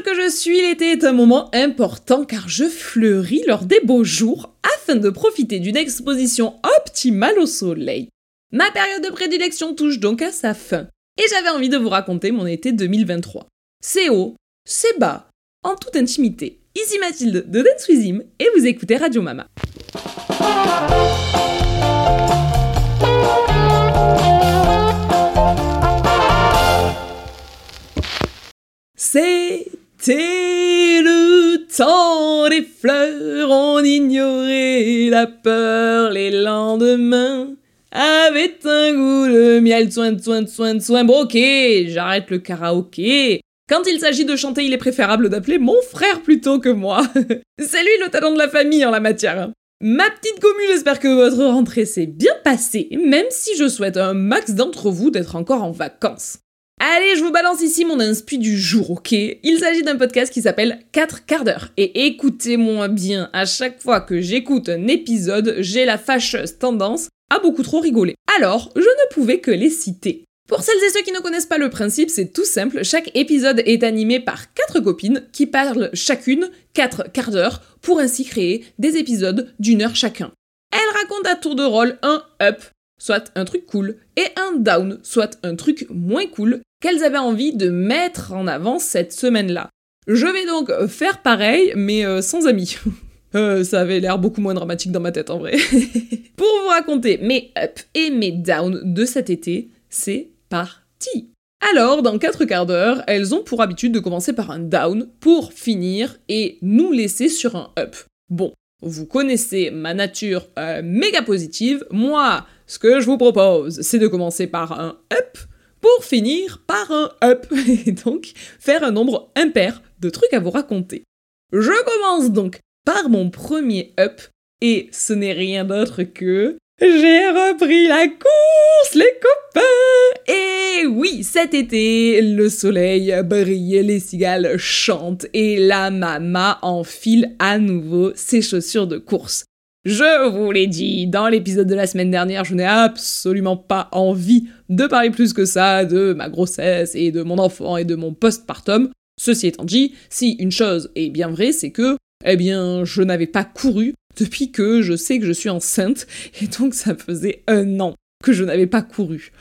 folle que je suis, l'été est un moment important car je fleuris lors des beaux jours afin de profiter d'une exposition optimale au soleil. Ma période de prédilection touche donc à sa fin et j'avais envie de vous raconter mon été 2023. C'est haut, c'est bas, en toute intimité. Ici Mathilde de Dance With Him et vous écoutez Radio Mama. C'était le temps des fleurs, on ignorait la peur, les lendemains avaient un goût de miel, soin, bon ok, j'arrête le karaoké. Quand il s'agit de chanter, il est préférable d'appeler mon frère plutôt que moi. C'est lui le talent de la famille en la matière. Ma petite commu, j'espère que votre rentrée s'est bien passée, même si je souhaite un max d'entre vous d'être encore en vacances. Allez, je vous balance ici mon inspi du jour, ok ? Il s'agit d'un podcast qui s'appelle 4 quarts d'heure. Et écoutez-moi bien, à chaque fois que j'écoute un épisode, j'ai la fâcheuse tendance à beaucoup trop rigoler. Alors, je ne pouvais que les citer. Pour celles et ceux qui ne connaissent pas le principe, c'est tout simple, chaque épisode est animé par 4 copines qui parlent chacune 4 quarts d'heure pour ainsi créer des épisodes d'1 heure chacun. Elles racontent à tour de rôle un up, soit un truc cool, et un down, soit un truc moins cool, qu'elles avaient envie de mettre en avant cette semaine-là. Je vais donc faire pareil, mais sans amis. Ça avait l'air beaucoup moins dramatique dans ma tête en vrai. Pour vous raconter mes up et mes down de cet été, c'est parti. Alors, dans 4 quarts d'heure, elles ont pour habitude de commencer par un down pour finir et nous laisser sur un up. Bon, vous connaissez ma nature méga positive. Moi, ce que je vous propose, c'est de commencer par un up pour finir par un up. Et donc, faire un nombre impair de trucs à vous raconter. Je commence donc par mon premier up et ce n'est rien d'autre que... J'ai repris la course, les copains! Et oui, cet été, le soleil brille, les cigales chantent et la mama enfile à nouveau ses chaussures de course. Je vous l'ai dit, dans l'épisode de la semaine dernière, je n'ai absolument pas envie de parler plus que ça de ma grossesse et de mon enfant et de mon postpartum. Ceci étant dit, si une chose est bien vraie, c'est que, je n'avais pas couru depuis que je sais que je suis enceinte, et donc ça faisait 1 an que je n'avais pas couru.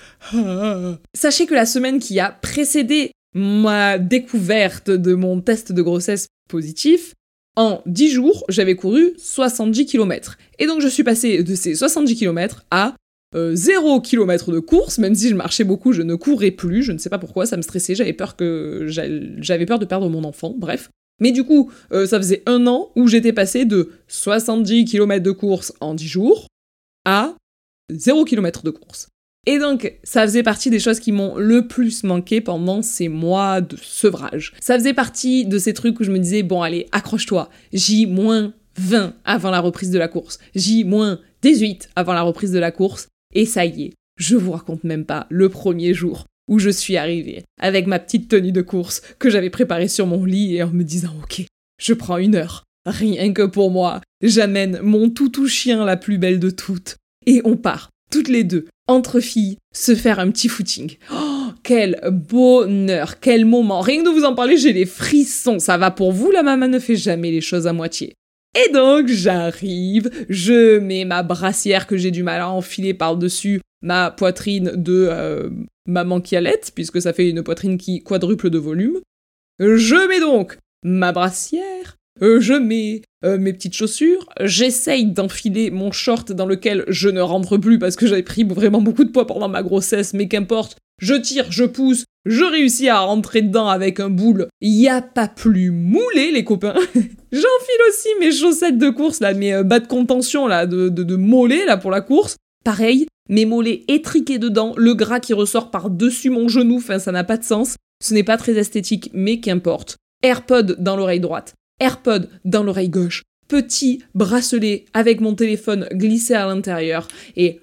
Sachez que la semaine qui a précédé ma découverte de mon test de grossesse positif, en 10 jours, j'avais couru 70 km. Et donc je suis passée de ces 70 km à 0 km de course, même si je marchais beaucoup, je ne courais plus, je ne sais pas pourquoi, ça me stressait, j'avais peur de perdre mon enfant, bref. Mais du coup, ça faisait 1 an où j'étais passée de 70 km de course en 10 jours à 0 km de course. Et donc, ça faisait partie des choses qui m'ont le plus manqué pendant ces mois de sevrage. Ça faisait partie de ces trucs où je me disais, bon allez, accroche-toi, J-20 avant la reprise de la course, J-18 avant la reprise de la course, et ça y est, je vous raconte même pas le premier jour où je suis arrivée avec ma petite tenue de course que j'avais préparée sur mon lit et en me disant « Ok, je prends 1 heure, rien que pour moi, j'amène mon toutou chien la plus belle de toutes et on part, toutes les deux, entre filles, se faire un petit footing. Oh, quel bonheur, quel moment, rien que de vous en parler, j'ai les frissons, ça va pour vous, la maman ne fait jamais les choses à moitié. Et donc j'arrive, je mets ma brassière que j'ai du mal à enfiler par-dessus ma poitrine de maman qui allaite, puisque ça fait une poitrine qui quadruple de volume. Je mets donc ma brassière, je mets mes petites chaussures, j'essaye d'enfiler mon short dans lequel je ne rentre plus parce que j'avais pris vraiment beaucoup de poids pendant ma grossesse, mais qu'importe, je tire, je pousse, je réussis à rentrer dedans avec un boule. Y a pas plus moulé, les copains. J'enfile aussi mes chaussettes de course, là, mes bas de contention, là, de mollets, là, pour la course. Pareil, mes mollets étriqués dedans, le gras qui ressort par-dessus mon genou, enfin, ça n'a pas de sens. Ce n'est pas très esthétique, mais qu'importe. AirPod dans l'oreille droite, AirPod dans l'oreille gauche, petit bracelet avec mon téléphone glissé à l'intérieur, et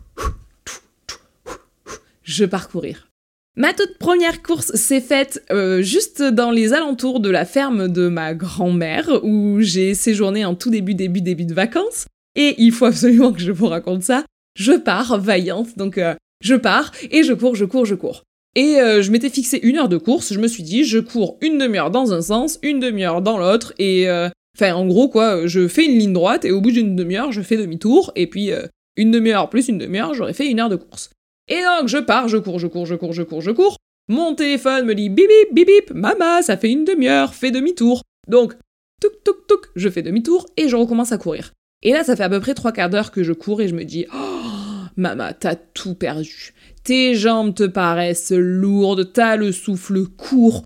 je pars courir. Ma toute première course s'est faite juste dans les alentours de la ferme de ma grand-mère, où j'ai séjourné en tout début de vacances, et il faut absolument que je vous raconte ça. Je pars vaillante, donc je pars et je cours. Et je m'étais fixé 1 heure de course, je me suis dit, je cours 1 demi-heure dans un sens, 1 demi-heure dans l'autre, et en gros, quoi, je fais une ligne droite, et au bout d'une demi-heure, je fais demi-tour, et puis 1 demi-heure plus 1 demi-heure, j'aurais fait 1 heure de course. Et donc, je pars, je cours. Mon téléphone me dit bip bip bip bip, maman, ça fait 1 demi-heure, fais demi-tour. Donc, touk, je fais demi-tour, et je recommence à courir. Et là, ça fait à peu près 3/4 d'heure que je cours, et je me dis, oh, maman, t'as tout perdu. Tes jambes te paraissent lourdes, t'as le souffle court,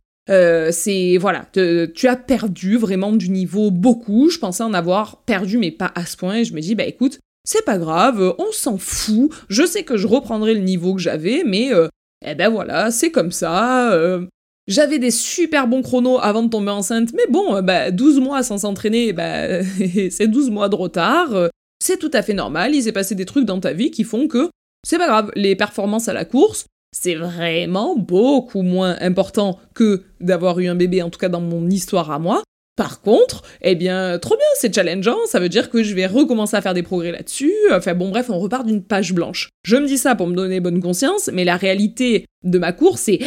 tu as perdu vraiment du niveau beaucoup. Je pensais en avoir perdu, mais pas à ce point, et je me dis, bah écoute, c'est pas grave, on s'en fout, je sais que je reprendrai le niveau que j'avais, mais voilà, c'est comme ça. J'avais des super bons chronos avant de tomber enceinte, mais bon, 12 mois sans s'entraîner, c'est 12 mois de retard, c'est tout à fait normal, il s'est passé des trucs dans ta vie qui font que c'est pas grave, les performances à la course, c'est vraiment beaucoup moins important que d'avoir eu un bébé, en tout cas dans mon histoire à moi. Par contre, trop bien, c'est challengeant, ça veut dire que je vais recommencer à faire des progrès là-dessus, bref, on repart d'une page blanche. Je me dis ça pour me donner bonne conscience, mais la réalité de ma course, c'est...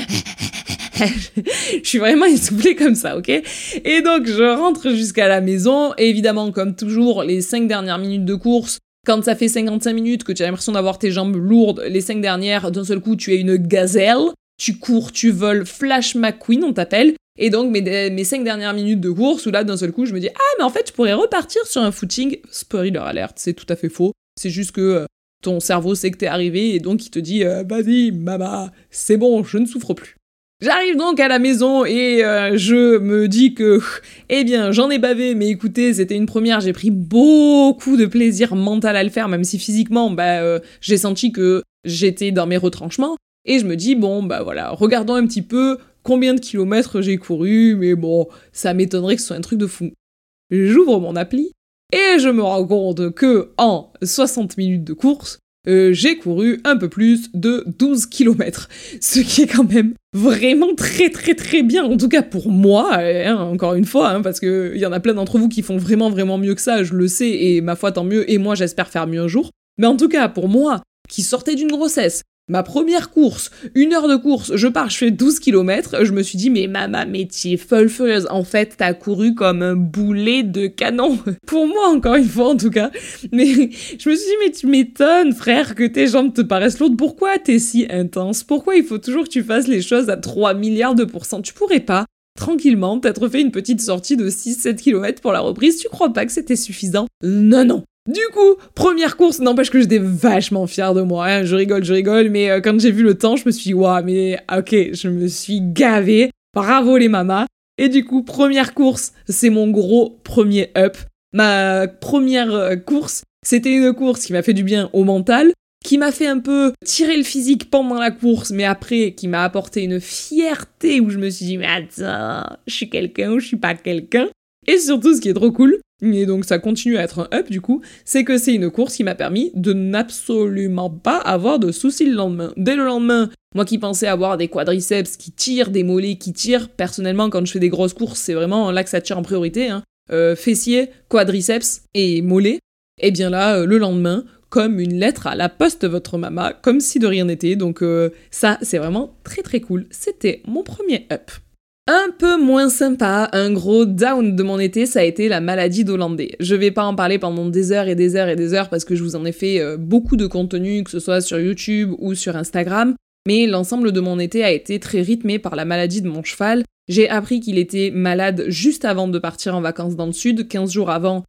je suis vraiment essoufflée comme ça, ok? Et donc, je rentre jusqu'à la maison, et évidemment, comme toujours, les 5 dernières minutes de course, quand ça fait 55 minutes que tu as l'impression d'avoir tes jambes lourdes, les 5 dernières, d'un seul coup, tu es une gazelle, tu cours, tu voles, Flash McQueen, on t'appelle. Et donc, mes 5 dernières minutes de course, où là, d'un seul coup, je me dis, ah, mais en fait, je pourrais repartir sur un footing. Spoiler alert, c'est tout à fait faux. C'est juste que ton cerveau sait que t'es arrivé, et donc il te dit, vas-y, maman, c'est bon, je ne souffre plus. J'arrive donc à la maison et je me dis que, j'en ai bavé, mais écoutez, c'était une première, j'ai pris beaucoup de plaisir mental à le faire, même si physiquement, j'ai senti que j'étais dans mes retranchements, et je me dis, regardons un petit peu combien de kilomètres j'ai couru, mais bon, ça m'étonnerait que ce soit un truc de fou. J'ouvre mon appli, et je me rends compte que, en 60 minutes de course, j'ai couru un peu plus de 12 km, ce qui est quand même vraiment très très très bien, en tout cas pour moi, encore une fois, parce qu'il y en a plein d'entre vous qui font vraiment vraiment mieux que ça, je le sais, et ma foi tant mieux, et moi j'espère faire mieux un jour, mais en tout cas pour moi, qui sortais d'une grossesse, ma première course, 1 heure de course, je pars, je fais 12 km, je me suis dit, mais maman, mais t'es folle furieuse, en fait, t'as couru comme un boulet de canon. Pour moi, encore une fois, en tout cas. Mais je me suis dit, mais tu m'étonnes, frère, que tes jambes te paraissent lourdes, pourquoi t'es si intense? Pourquoi il faut toujours que tu fasses les choses à 3 milliards de pourcents? Tu pourrais pas, tranquillement, peut-être fait une petite sortie de 6-7 km pour la reprise, tu crois pas que c'était suffisant? Non. Du coup, première course, n'empêche que j'étais vachement fière de moi, je rigole, mais quand j'ai vu le temps, je me suis dit, waouh, mais ok, je me suis gavée, bravo les mamas. Et du coup, première course, c'est mon gros premier up. Ma première course, c'était une course qui m'a fait du bien au mental, qui m'a fait un peu tirer le physique pendant la course, mais après, qui m'a apporté une fierté où je me suis dit, mais attends, je suis quelqu'un ou je suis pas quelqu'un. Et surtout, ce qui est trop cool, et donc ça continue à être un up du coup, c'est que c'est une course qui m'a permis de n'absolument pas avoir de soucis le lendemain. Dès le lendemain, moi qui pensais avoir des quadriceps qui tirent, des mollets qui tirent, personnellement quand je fais des grosses courses, c'est vraiment là que ça tire en priorité, fessiers, quadriceps et mollets, et bien là, le lendemain, comme une lettre à la poste votre maman, comme si de rien n'était, donc ça c'est vraiment très très cool, c'était mon premier up. Un peu moins sympa, un gros down de mon été, ça a été la maladie d'Hollandais. Je vais pas en parler pendant des heures et des heures et des heures parce que je vous en ai fait beaucoup de contenu, que ce soit sur YouTube ou sur Instagram, mais l'ensemble de mon été a été très rythmé par la maladie de mon cheval. J'ai appris qu'il était malade juste avant de partir en vacances dans le sud, 15 jours avant,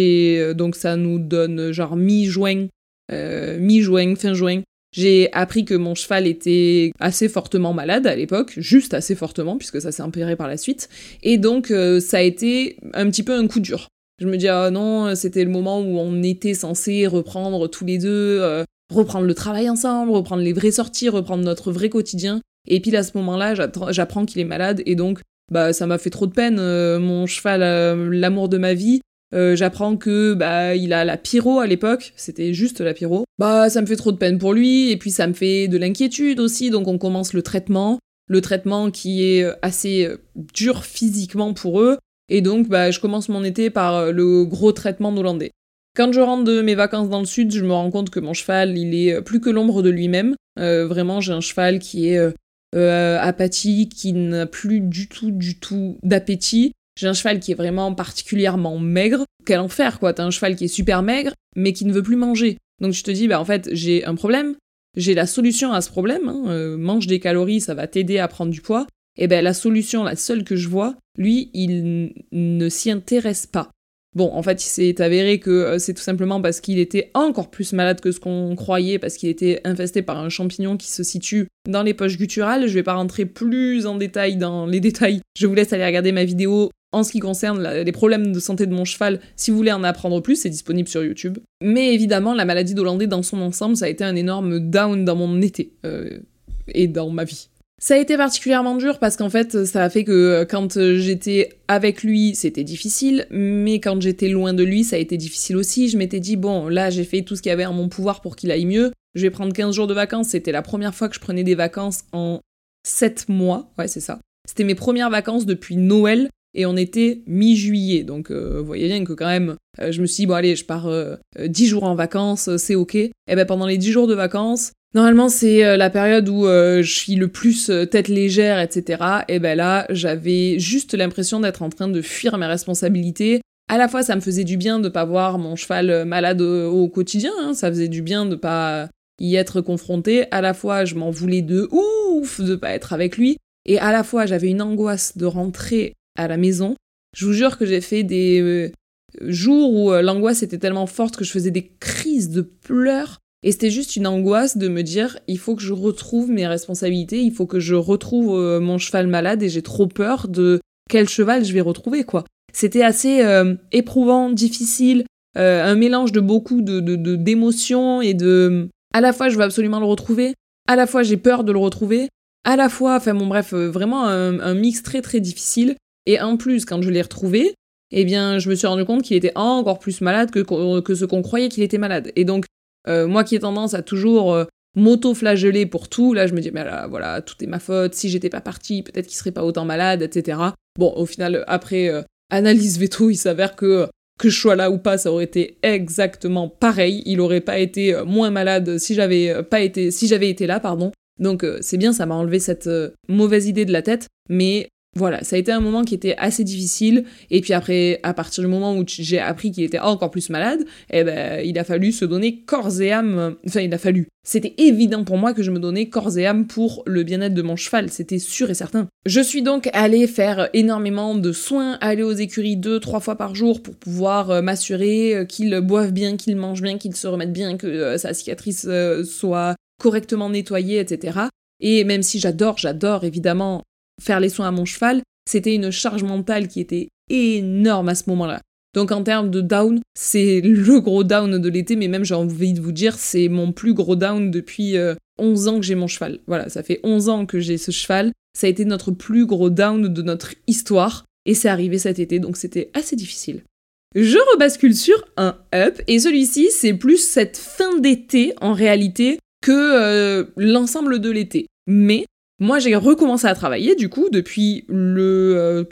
donc ça nous donne genre mi-juin, fin juin. J'ai appris que mon cheval était assez fortement malade à l'époque, juste assez fortement, puisque ça s'est empiré par la suite, et donc ça a été un petit peu un coup dur. Je me dis, ah non, c'était le moment où on était censé reprendre tous les deux, reprendre le travail ensemble, reprendre les vraies sorties, reprendre notre vrai quotidien, et puis à ce moment-là, j'apprends qu'il est malade, et donc ça m'a fait trop de peine, mon cheval, l'amour de ma vie. J'apprends que il a la pyro à l'époque, c'était juste la pyro. Ça me fait trop de peine pour lui, et puis ça me fait de l'inquiétude aussi, donc on commence le traitement qui est assez dur physiquement pour eux, et donc je commence mon été par le gros traitement d'Hollandais. Quand je rentre de mes vacances dans le sud, je me rends compte que mon cheval, il est plus que l'ombre de lui-même. Vraiment, j'ai un cheval qui est apathique, qui n'a plus du tout d'appétit. J'ai un cheval qui est vraiment particulièrement maigre. Quel enfer, quoi. T'as un cheval qui est super maigre, mais qui ne veut plus manger. Donc tu te dis, en fait, j'ai un problème, j'ai la solution à ce problème, mange des calories, ça va t'aider à prendre du poids. Et la solution, la seule que je vois, lui, il ne s'y intéresse pas. Bon, en fait, il s'est avéré que c'est tout simplement parce qu'il était encore plus malade que ce qu'on croyait, parce qu'il était infesté par un champignon qui se situe dans les poches gutturales. Je vais pas rentrer plus en détail dans les détails. Je vous laisse aller regarder ma vidéo en ce qui concerne les problèmes de santé de mon cheval. Si vous voulez en apprendre plus, c'est disponible sur YouTube. Mais évidemment, la maladie d'Hollandais dans son ensemble, ça a été un énorme down dans mon été et dans ma vie. Ça a été particulièrement dur parce qu'en fait, ça a fait que quand j'étais avec lui, c'était difficile, mais quand j'étais loin de lui, ça a été difficile aussi. Je m'étais dit, bon, là, j'ai fait tout ce qu'il y avait en mon pouvoir pour qu'il aille mieux. Je vais prendre 15 jours de vacances. C'était la première fois que je prenais des vacances en 7 mois. Ouais, c'est ça. C'était mes premières vacances depuis Noël et on était mi-juillet. Donc, vous voyez bien que quand même, je me suis dit, bon, allez, je pars 10 jours en vacances, c'est ok. Et pendant les 10 jours de vacances, normalement, c'est la période où je suis le plus tête légère, etc. Et là, j'avais juste l'impression d'être en train de fuir mes responsabilités. À la fois, ça me faisait du bien de pas voir mon cheval malade au quotidien, ça faisait du bien de pas y être confrontée. À la fois, je m'en voulais de ouf de pas être avec lui. Et à la fois, j'avais une angoisse de rentrer à la maison. Je vous jure que j'ai fait des jours où l'angoisse était tellement forte que je faisais des crises de pleurs. Et c'était juste une angoisse de me dire, il faut que je retrouve mes responsabilités, il faut que je retrouve mon cheval malade et j'ai trop peur de quel cheval je vais retrouver, quoi. C'était assez éprouvant, difficile, un mélange de beaucoup d'émotions et de... À la fois, je veux absolument le retrouver, à la fois, j'ai peur de le retrouver, à la fois, vraiment un mix très très difficile. Et en plus, quand je l'ai retrouvé, je me suis rendu compte qu'il était encore plus malade que ce qu'on croyait qu'il était malade. Et donc, moi qui ai tendance à toujours m'auto-flageller pour tout, là je me dis, mais là, voilà, tout est ma faute, si j'étais pas partie, peut-être qu'il serait pas autant malade, etc. Bon, au final, après analyse veto, il s'avère que je sois là ou pas, ça aurait été exactement pareil, il aurait pas été moins malade si j'avais été là, pardon. Donc c'est bien, ça m'a enlevé cette mauvaise idée de la tête, mais... Voilà, ça a été un moment qui était assez difficile, et puis après, à partir du moment où j'ai appris qu'il était encore plus malade, il a fallu se donner corps et âme, c'était évident pour moi que je me donnais corps et âme pour le bien-être de mon cheval, c'était sûr et certain. Je suis donc allée faire énormément de soins, aller aux écuries 2-3 fois par jour pour pouvoir m'assurer qu'il boive bien, qu'il mange bien, qu'il se remette bien, que sa cicatrice soit correctement nettoyée, etc. Et même si j'adore évidemment faire les soins à mon cheval, c'était une charge mentale qui était énorme à ce moment-là. Donc en termes de down, c'est le gros down de l'été, mais même j'ai envie de vous dire, c'est mon plus gros down depuis 11 ans que j'ai mon cheval. Voilà, ça fait 11 ans que j'ai ce cheval, ça a été notre plus gros down de notre histoire, et c'est arrivé cet été, donc c'était assez difficile. Je rebascule sur un up, et celui-ci, c'est plus cette fin d'été, en réalité, que l'ensemble de l'été. Mais... moi, j'ai recommencé à travailler, du coup, depuis le,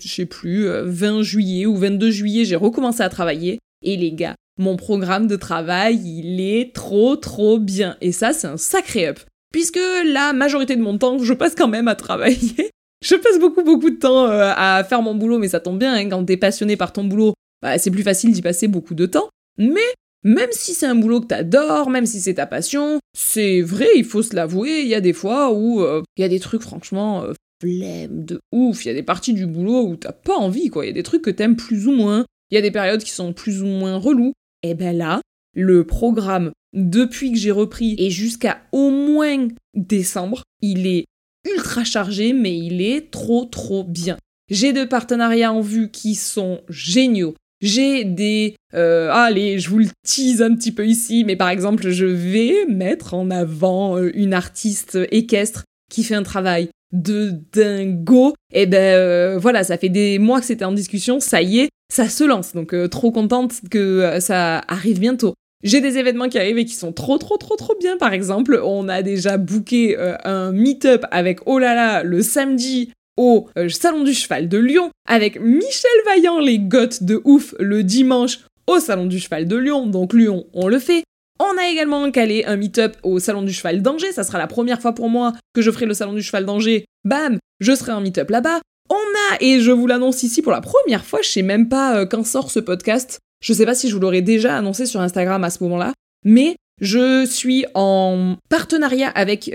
20 juillet ou 22 juillet, j'ai recommencé à travailler. Et les gars, mon programme de travail, il est trop bien. Et ça, c'est un sacré up. Puisque la majorité de mon temps, je passe quand même à travailler. Je passe beaucoup de temps à faire mon boulot, mais ça tombe bien, hein, quand t'es passionné par ton boulot, c'est plus facile d'y passer beaucoup de temps. Mais... même si c'est un boulot que t'adores, même si c'est ta passion, c'est vrai, il faut se l'avouer, il y a des fois où il y a des trucs franchement flemme de ouf, il y a des parties du boulot où t'as pas envie, quoi, il y a des trucs que t'aimes plus ou moins, il y a des périodes qui sont plus ou moins relous. Et là, le programme, depuis que j'ai repris et jusqu'à au moins décembre, il est ultra chargé, mais il est trop bien. J'ai 2 partenariats en vue qui sont géniaux. J'ai des... allez, je vous le tease un petit peu ici, mais par exemple, je vais mettre en avant une artiste équestre qui fait un travail de dingo. Et voilà, ça fait des mois que c'était en discussion, ça y est, ça se lance. Donc trop contente que ça arrive bientôt. J'ai des événements qui arrivent et qui sont trop bien. Par exemple, on a déjà booké un meet-up avec Olala le samedi au Salon du Cheval de Lyon, avec Michel Vaillant, les goths de ouf, le dimanche au Salon du Cheval de Lyon. Donc Lyon, on le fait. On a également calé un meet-up au Salon du Cheval d'Angers, ça sera la première fois pour moi que je ferai le Salon du Cheval d'Angers. Bam, je serai en meet-up là-bas. On a, et je vous l'annonce ici pour la première fois, je sais même pas quand sort ce podcast, je sais pas si je vous l'aurais déjà annoncé sur Instagram à ce moment-là, mais je suis en partenariat avec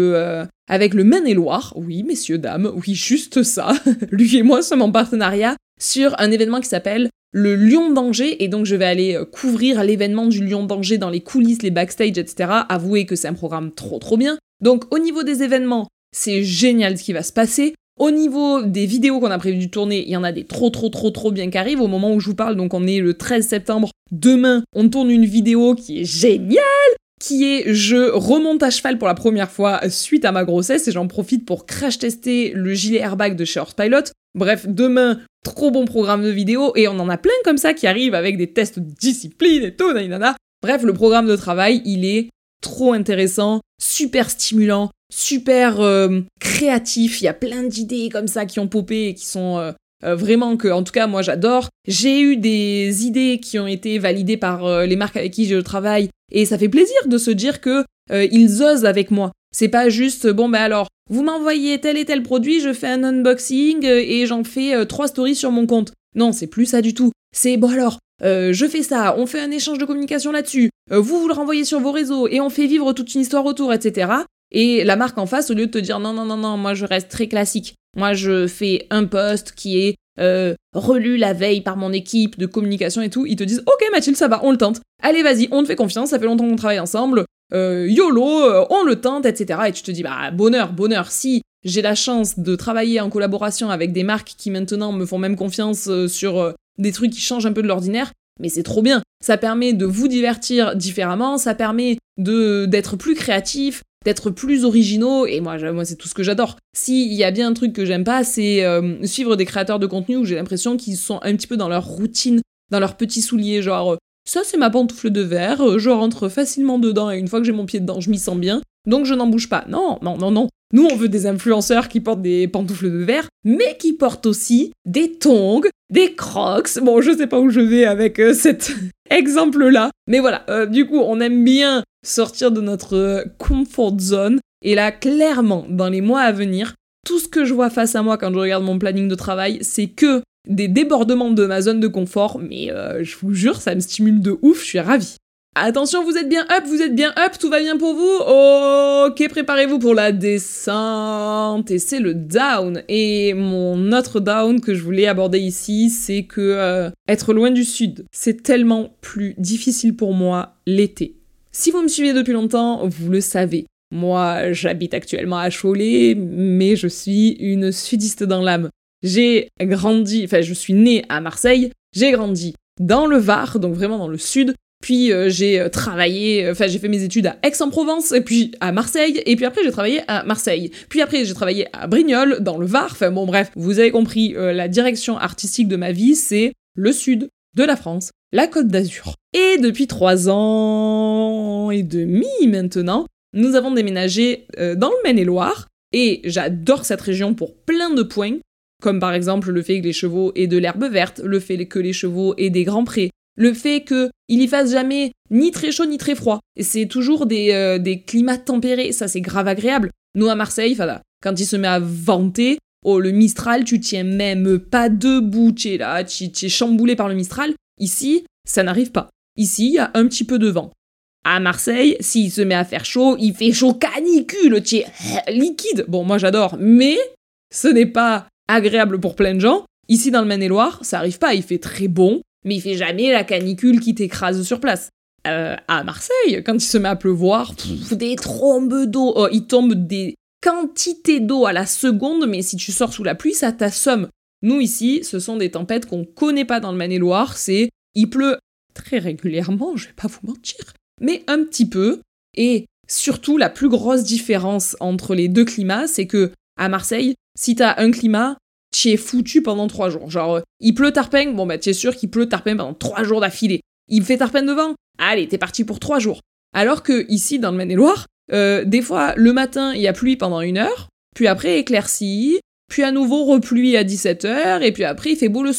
le Maine-et-Loire, oui messieurs, dames, oui juste ça, lui et moi sommes en partenariat sur un événement qui s'appelle le Lion d'Angers, et donc je vais aller couvrir l'événement du Lion d'Angers dans les coulisses, les backstage, etc. Avouez que c'est un programme trop bien. Donc au niveau des événements, c'est génial ce qui va se passer. Au niveau des vidéos qu'on a prévu de tourner, il y en a des trop bien qui arrivent au moment où je vous parle, donc on est le 13 septembre. Demain, on tourne une vidéo qui est géniale, qui est je remonte à cheval pour la première fois suite à ma grossesse, et j'en profite pour crash tester le gilet airbag de chez Horse Pilot. Bref, demain, trop bon programme de vidéo, et on en a plein comme ça qui arrivent avec des tests de discipline et tout, nanana. Bref, le programme de travail, il est trop intéressant, super stimulant, super créatif, il y a plein d'idées comme ça qui ont popé et qui sont vraiment que, en tout cas, moi j'adore. J'ai eu des idées qui ont été validées par les marques avec qui je travaille, et ça fait plaisir de se dire que ils osent avec moi. C'est pas juste, bon ben alors, vous m'envoyez tel et tel produit, je fais un unboxing et j'en fais 3 stories sur mon compte. Non, c'est plus ça du tout. C'est, bon alors, je fais ça, on fait un échange de communication là-dessus, vous le renvoyez sur vos réseaux, et on fait vivre toute une histoire autour, etc. Et la marque en face, au lieu de te dire non, moi je reste très classique. Moi je fais un post qui est relu la veille par mon équipe de communication et tout, ils te disent ok Mathilde, ça va, on le tente. Allez vas-y, on te fait confiance, ça fait longtemps qu'on travaille ensemble, YOLO, on le tente, etc. Et tu te dis bah bonheur, si j'ai la chance de travailler en collaboration avec des marques qui maintenant me font même confiance sur des trucs qui changent un peu de l'ordinaire, mais c'est trop bien. Ça permet de vous divertir différemment, ça permet d'être plus créatif, d'être plus originaux, et moi c'est tout ce que j'adore. S'il y a bien un truc que j'aime pas, c'est suivre des créateurs de contenu où j'ai l'impression qu'ils sont un petit peu dans leur routine, dans leurs petits souliers, genre ça c'est ma pantoufle de verre, je rentre facilement dedans et une fois que j'ai mon pied dedans, je m'y sens bien, donc je n'en bouge pas. Non. Nous, on veut des influenceurs qui portent des pantoufles de verre, mais qui portent aussi des tongs, des crocs. Bon, je sais pas où je vais avec cet exemple-là, mais voilà, du coup, on aime bien sortir de notre comfort zone, et là, clairement, dans les mois à venir, tout ce que je vois face à moi quand je regarde mon planning de travail, c'est que des débordements de ma zone de confort, mais je vous jure, ça me stimule de ouf, je suis ravie. Attention, vous êtes bien up, tout va bien pour vous? Ok, préparez-vous pour la descente, et c'est le down. Et mon autre down que je voulais aborder ici, c'est que être loin du sud, c'est tellement plus difficile pour moi l'été. Si vous me suivez depuis longtemps, vous le savez. Moi, j'habite actuellement à Cholet, mais je suis une sudiste dans l'âme. Je suis née à Marseille, j'ai grandi dans le Var, donc vraiment dans le sud, puis j'ai fait mes études à Aix-en-Provence, et puis à Marseille, et puis après j'ai travaillé à Marseille. Puis après j'ai travaillé à Brignoles, dans le Var, enfin bon bref, vous avez compris, la direction artistique de ma vie, c'est le sud de la France, la Côte d'Azur. Et depuis 3 ans et demi maintenant, nous avons déménagé dans le Maine-et-Loire, et j'adore cette région pour plein de points, comme par exemple le fait que les chevaux aient de l'herbe verte, le fait que les chevaux aient des grands prés, le fait qu'il y fasse jamais ni très chaud ni très froid. Et c'est toujours des climats tempérés, ça c'est grave agréable. Nous à Marseille, quand il se met à venter, le Mistral, tu tiens même pas debout, tu es chamboulé par le Mistral. Ici, ça n'arrive pas. Ici, il y a un petit peu de vent. À Marseille, s'il se met à faire chaud, il fait chaud canicule, tu es liquide. Bon, moi j'adore, mais ce n'est pas agréable pour plein de gens. Ici dans le Maine-et-Loire, ça arrive pas, il fait très bon, mais il fait jamais la canicule qui t'écrase sur place. À Marseille, quand il se met à pleuvoir, des trombes d'eau, il tombe des quantités d'eau à la seconde, mais si tu sors sous la pluie, ça t'assomme. Nous ici, ce sont des tempêtes qu'on connaît pas dans le Maine-et-Loire, il pleut très régulièrement, je vais pas vous mentir, mais un petit peu, et surtout la plus grosse différence entre les deux climats, c'est que à Marseille, si t'as un climat, t'y es foutu pendant 3 jours. Genre, il pleut tarpin, bon bah t'es sûr qu'il pleut tarpin pendant 3 jours d'affilée. Il fait tarpin de vent, allez, t'es parti pour 3 jours. Alors que ici, dans le Maine-et-Loire, des fois, le matin, il y a pluie pendant 1 heure, puis après éclaircie, puis à nouveau repluie à 17h, et puis après il fait beau le soir.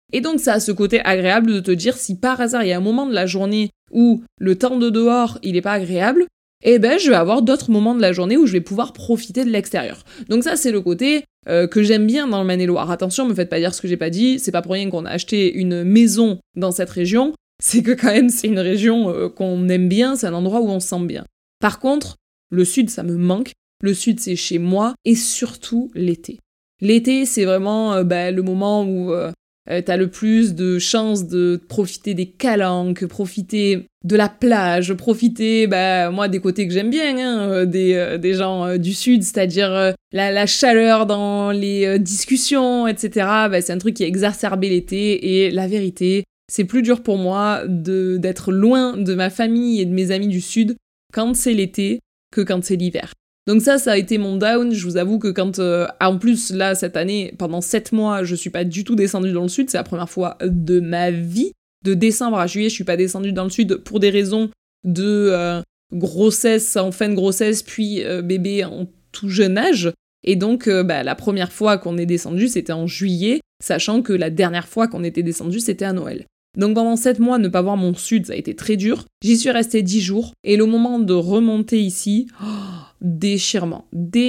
Et donc ça a ce côté agréable de te dire si par hasard il y a un moment de la journée où le temps de dehors il est pas agréable, eh ben je vais avoir d'autres moments de la journée où je vais pouvoir profiter de l'extérieur. Donc ça c'est le côté que j'aime bien dans le Maine-et-Loire. Attention, me faites pas dire ce que j'ai pas dit, c'est pas pour rien qu'on a acheté une maison dans cette région, c'est que quand même c'est une région qu'on aime bien, c'est un endroit où on se sent bien. Par contre, le sud ça me manque, le sud c'est chez moi, et surtout l'été. L'été c'est vraiment le moment où t'as le plus de chances de profiter des calanques, profiter de la plage, profiter, moi, des côtés que j'aime bien, des gens du sud, c'est-à-dire la chaleur dans les discussions, etc. C'est un truc qui est exacerbé l'été, et la vérité, c'est plus dur pour moi d'être loin de ma famille et de mes amis du sud quand c'est l'été que quand c'est l'hiver. Donc ça a été mon down. Je vous avoue que quand, en plus, là, cette année, pendant 7 mois, je suis pas du tout descendue dans le sud. C'est la première fois de ma vie. De décembre à juillet, je suis pas descendue dans le sud pour des raisons de grossesse, en fin de grossesse, puis bébé en tout jeune âge. Et donc, la première fois qu'on est descendu, c'était en juillet, sachant que la dernière fois qu'on était descendu, c'était à Noël. Donc pendant 7 mois, ne pas voir mon sud, ça a été très dur. J'y suis restée 10 jours. Et le moment de remonter ici, déchirement.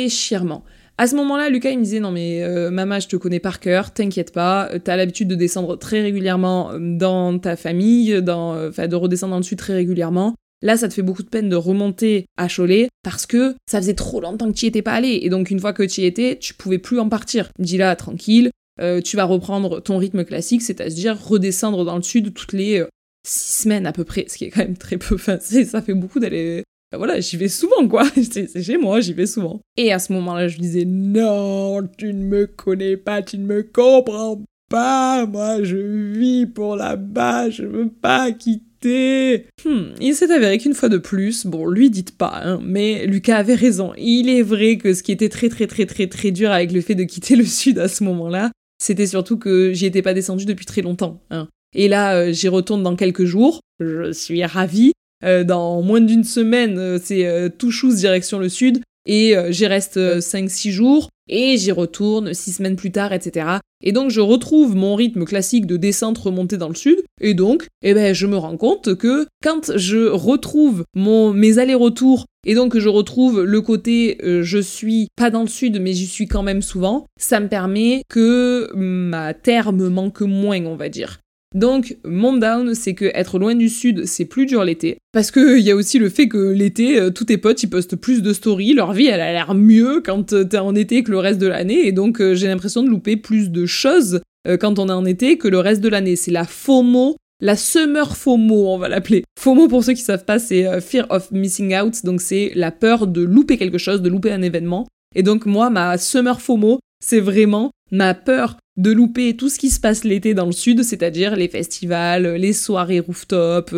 À ce moment-là, Lucas, il me disait « Non mais maman, je te connais par cœur, t'inquiète pas, t'as l'habitude de descendre très régulièrement dans ta famille, de redescendre dans le sud très régulièrement. Là, ça te fait beaucoup de peine de remonter à Cholet parce que ça faisait trop longtemps que tu y étais pas allé. Et donc une fois que tu y étais, tu pouvais plus en partir. Il me dit là, tranquille, tu vas reprendre ton rythme classique, c'est-à-dire redescendre dans le sud toutes les 6 semaines à peu près, ce qui est quand même très peu. Enfin, ça fait beaucoup d'aller... Voilà, j'y vais souvent, quoi. C'est chez moi, j'y vais souvent. Et à ce moment-là, je disais, non, tu ne me connais pas, tu ne me comprends pas. Moi, je vis pour là-bas, je veux pas quitter. Il s'est avéré qu'une fois de plus, bon, lui dites pas, mais Lucas avait raison. Il est vrai que ce qui était très, très, très, très, très dur avec le fait de quitter le sud à ce moment-là, c'était surtout que j'y étais pas descendue depuis très longtemps. Et là, j'y retourne dans quelques jours. Je suis ravie. Dans moins d'une semaine, c'est tout chousse direction le sud, et j'y reste 5-6 jours, et j'y retourne 6 semaines plus tard, etc. Et donc je retrouve mon rythme classique de descente-remontée dans le sud, et donc je me rends compte que quand je retrouve mes allers-retours, et donc que je retrouve le côté je suis pas dans le sud mais j'y suis quand même souvent, ça me permet que ma terre me manque moins, on va dire. Donc, mon down, c'est que être loin du sud, c'est plus dur l'été. Parce qu'il y a aussi le fait que l'été, tous tes potes, ils postent plus de stories, leur vie, elle a l'air mieux quand t'es en été que le reste de l'année, et donc j'ai l'impression de louper plus de choses quand on est en été que le reste de l'année. C'est la FOMO, la Summer FOMO, on va l'appeler. FOMO, pour ceux qui savent pas, c'est Fear of Missing Out, donc c'est la peur de louper quelque chose, de louper un événement. Et donc moi, ma Summer FOMO, c'est vraiment ma peur de louper tout ce qui se passe l'été dans le sud, c'est-à-dire les festivals, les soirées rooftop,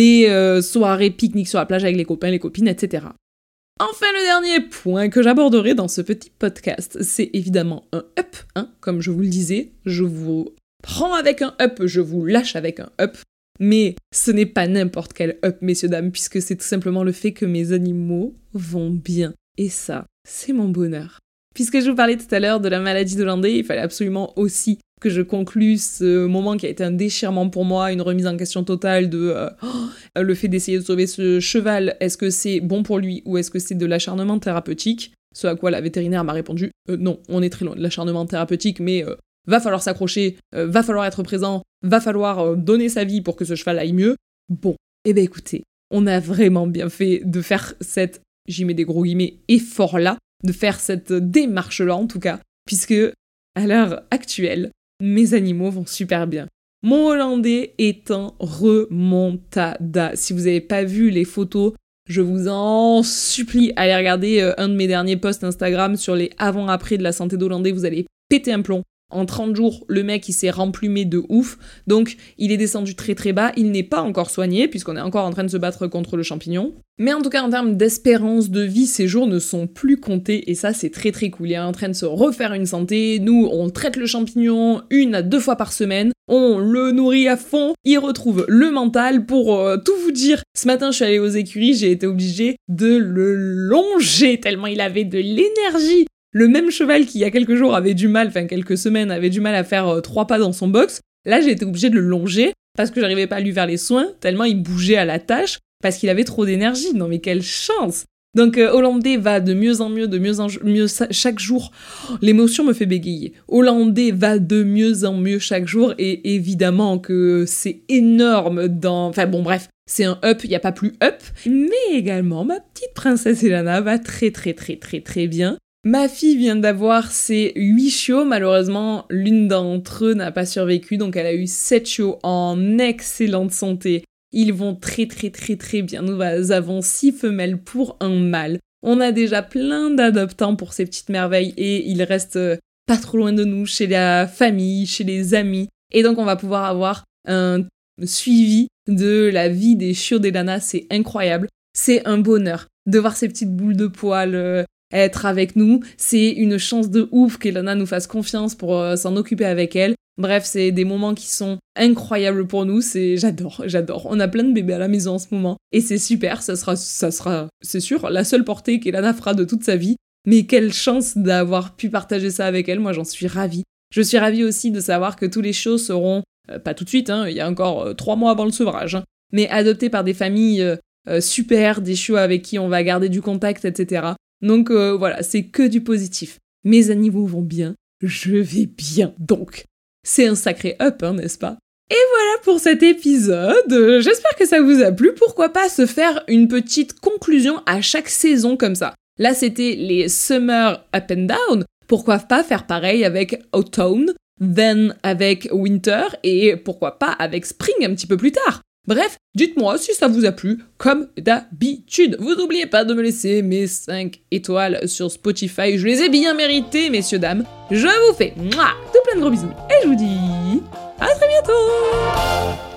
les soirées pique-nique sur la plage avec les copains, les copines, etc. Enfin, le dernier point que j'aborderai dans ce petit podcast, c'est évidemment un up, comme je vous le disais, je vous prends avec un up, je vous lâche avec un up, mais ce n'est pas n'importe quel up, messieurs, dames, puisque c'est tout simplement le fait que mes animaux vont bien. Et ça, c'est mon bonheur. Puisque je vous parlais tout à l'heure de la maladie de Landais, il fallait absolument aussi que je conclue ce moment qui a été un déchirement pour moi, une remise en question totale de le fait d'essayer de sauver ce cheval. Est-ce que c'est bon pour lui ou est-ce que c'est de l'acharnement thérapeutique ? Ce à quoi la vétérinaire m'a répondu non, on est très loin de l'acharnement thérapeutique, mais va falloir s'accrocher, va falloir être présent, va falloir donner sa vie pour que ce cheval aille mieux. Bon, écoutez, on a vraiment bien fait de faire cette, j'y mets des gros guillemets, effort-là, de faire cette démarche-là en tout cas, puisque à l'heure actuelle, mes animaux vont super bien. Mon Hollandais est en remontada. Si vous n'avez pas vu les photos, je vous en supplie, allez regarder un de mes derniers posts Instagram sur les avant-après de la santé d'Hollandais, vous allez péter un plomb. En 30 jours, le mec, il s'est remplumé de ouf. Donc, il est descendu très très bas. Il n'est pas encore soigné, puisqu'on est encore en train de se battre contre le champignon. Mais en tout cas, en termes d'espérance de vie, ces jours ne sont plus comptés. Et ça, c'est très très cool. Il est en train de se refaire une santé. Nous, on traite le champignon 1 à 2 fois par semaine. On le nourrit à fond. Il retrouve le mental. Pour tout vous dire, ce matin, je suis allée aux écuries. J'ai été obligée de le longer tellement il avait de l'énergie. Le même cheval qui, il y a quelques semaines, avait du mal à faire 3 pas dans son box, Là, j'ai été obligée de le longer parce que j'arrivais pas à lui faire les soins, tellement il bougeait à la tâche, parce qu'il avait trop d'énergie. Non mais quelle chance! Donc Hollandais va de mieux en mieux, chaque jour. Oh, l'émotion me fait bégayer. Hollandais va de mieux en mieux chaque jour et évidemment que c'est énorme dans... Enfin bon bref, c'est un up, il n'y a pas plus up. Mais également, ma petite princesse Elana va très très très très très bien. Ma fille vient d'avoir ses 8 chiots, malheureusement l'une d'entre eux n'a pas survécu, donc elle a eu 7 chiots en excellente santé. Ils vont très très très très bien. Nous avons 6 femelles pour un mâle. On a déjà plein d'adoptants pour ces petites merveilles et ils restent pas trop loin de nous, chez la famille, chez les amis. Et donc on va pouvoir avoir un suivi de la vie des chiots d'Elana. C'est incroyable. C'est un bonheur de voir ces petites boules de poils être avec nous. C'est une chance de ouf qu'Elana nous fasse confiance pour s'en occuper avec elle. Bref, c'est des moments qui sont incroyables pour nous, j'adore. On a plein de bébés à la maison en ce moment, et c'est super, ça sera, c'est sûr, la seule portée qu'Elana fera de toute sa vie, mais quelle chance d'avoir pu partager ça avec elle, moi j'en suis ravie. Je suis ravie aussi de savoir que tous les chiots seront, pas tout de suite, il y a encore 3 mois avant le sevrage, mais adoptés par des familles super, des chiots avec qui on va garder du contact, etc. Donc voilà, c'est que du positif. Mes animaux vont bien, je vais bien, donc... C'est un sacré up, n'est-ce pas? Et voilà pour cet épisode, j'espère que ça vous a plu, pourquoi pas se faire une petite conclusion à chaque saison comme ça. Là c'était les Summer Up and Down, pourquoi pas faire pareil avec Autumn, then avec Winter, et pourquoi pas avec Spring un petit peu plus tard. Bref, dites-moi si ça vous a plu, comme d'habitude. Vous n'oubliez pas de me laisser mes 5 étoiles sur Spotify, je les ai bien méritées, messieurs, dames. Je vous fais tout plein de gros bisous, et je vous dis à très bientôt!